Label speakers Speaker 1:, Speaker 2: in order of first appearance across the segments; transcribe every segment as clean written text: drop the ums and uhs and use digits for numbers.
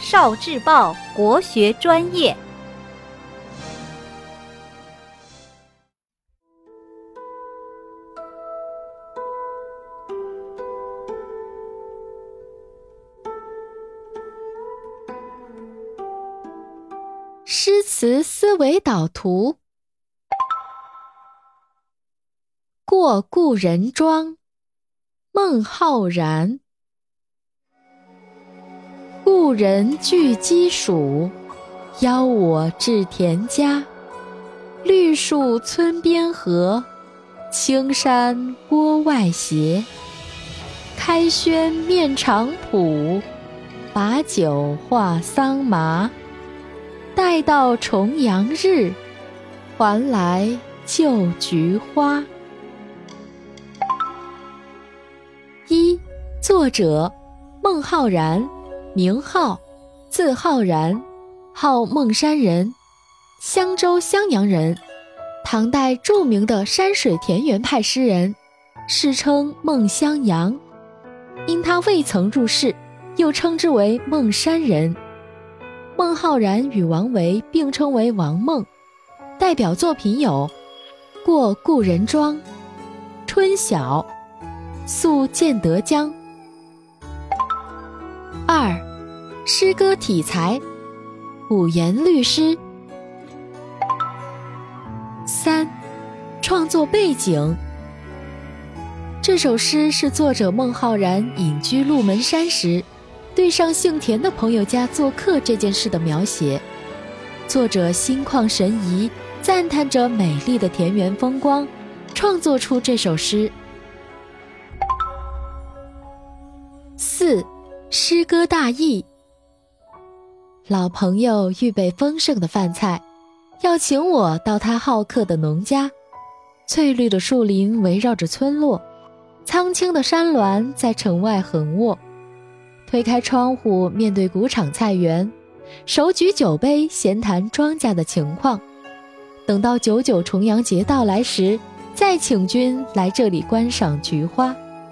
Speaker 1: 少智报国学专业。
Speaker 2: 诗词思维导图。过故人庄，孟浩然。故人具鸡黍，邀我至田家。绿树村边合，青山郭外斜。开轩面场圃，把酒话桑麻。待到重阳日，还来就菊花。一、作者孟浩然，名浩，字浩然，号孟山人，襄州襄阳人，唐代著名的山水田园派诗人，世称孟襄阳。因他未曾入仕，又称之为孟山人。孟浩然与王维并称为王孟，代表作品有《过故人庄》《春晓》《宿建德江》。二、诗歌体裁，五言律诗。三、创作背景。这首诗是作者孟浩然隐居鹿门山时，对上姓田的朋友家做客这件事的描写。作者心旷神怡，赞叹着美丽的田园风光，创作出这首诗。四、诗歌大意。老朋友预备丰盛的饭菜，要请我到他好客的农家。翠绿的树林围绕着村落，苍青的山峦在城外横卧。推开窗户，面对谷场菜园，手举酒杯，闲谈庄稼的情况。等到99重阳节到来时，再请君来这里观赏菊花。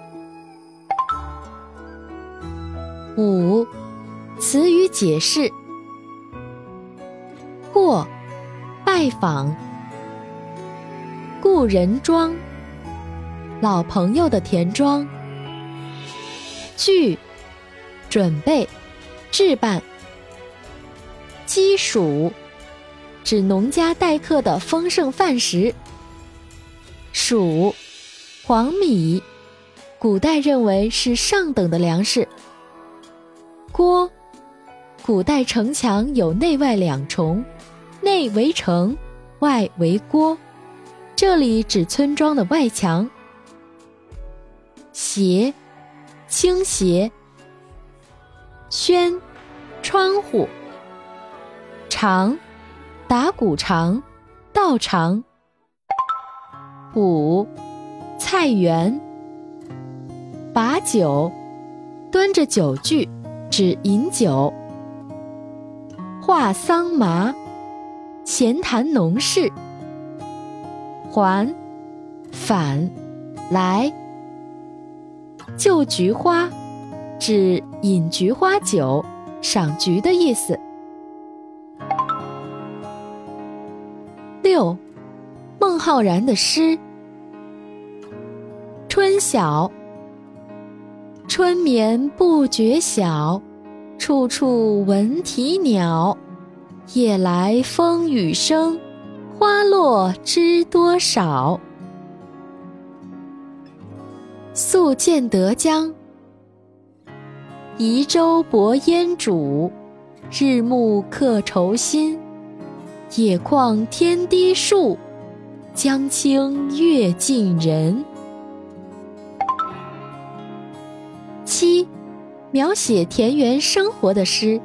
Speaker 2: 五、词语解释。过，拜访。故人庄，老朋友的田庄。具，准备，置办。鸡黍，指农家待客的丰盛饭食。黍，黄米，古代认为是上等的粮食。郭，古代城墙有内外两重，内为城，外为郭，这里指村庄的外墙。斜，倾斜。轩，窗户。场，打谷场，道场。圃，菜园。把酒，端着酒具，指饮酒。话桑麻，闲谈农事。还，返，来。就菊花，指饮菊花酒，赏菊的意思。六、孟浩然的诗。春晓，春眠不觉晓，处处闻啼鸟。夜来风雨声，花落知多少。宿建德江，移舟泊烟渚，日暮客愁新。野旷天低树，江清月近人。七、描写田园生活的诗。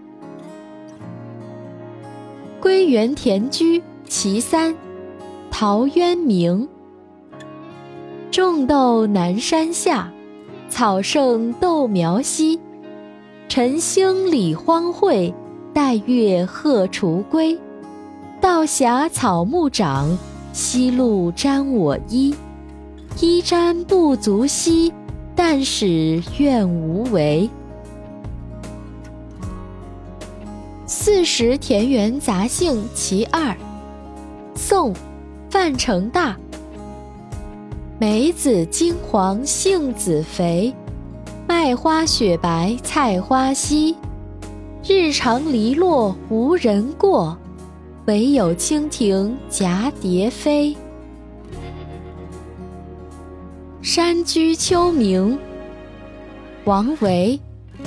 Speaker 2: 归园田居其三，陶渊明。种豆南山下，草盛豆苗稀。晨兴理荒秽，带月荷锄归。道狭草木长，夕露沾我衣。衣沾不足惜，但使愿无违。 40田园杂兴其二，宋·范成大。梅子金黄杏子肥，麦花雪白菜花稀。日长篱落无人过，惟有蜻蜓蛱蝶飞。山居秋暝，王维。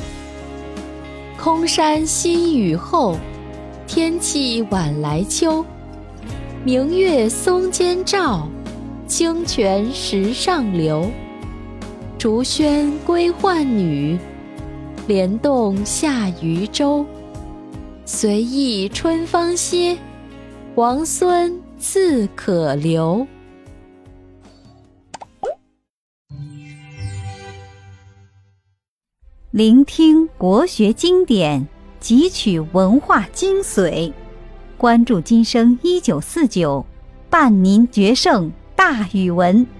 Speaker 2: 空山新雨后，天气晚来秋。明月松间照，清泉石上流。竹喧归浣女，莲动下渔舟。随意春芳歇，王孙自可留。
Speaker 1: 聆听国学经典，汲取文化精髓，关注今生1949，伴您决胜大语文。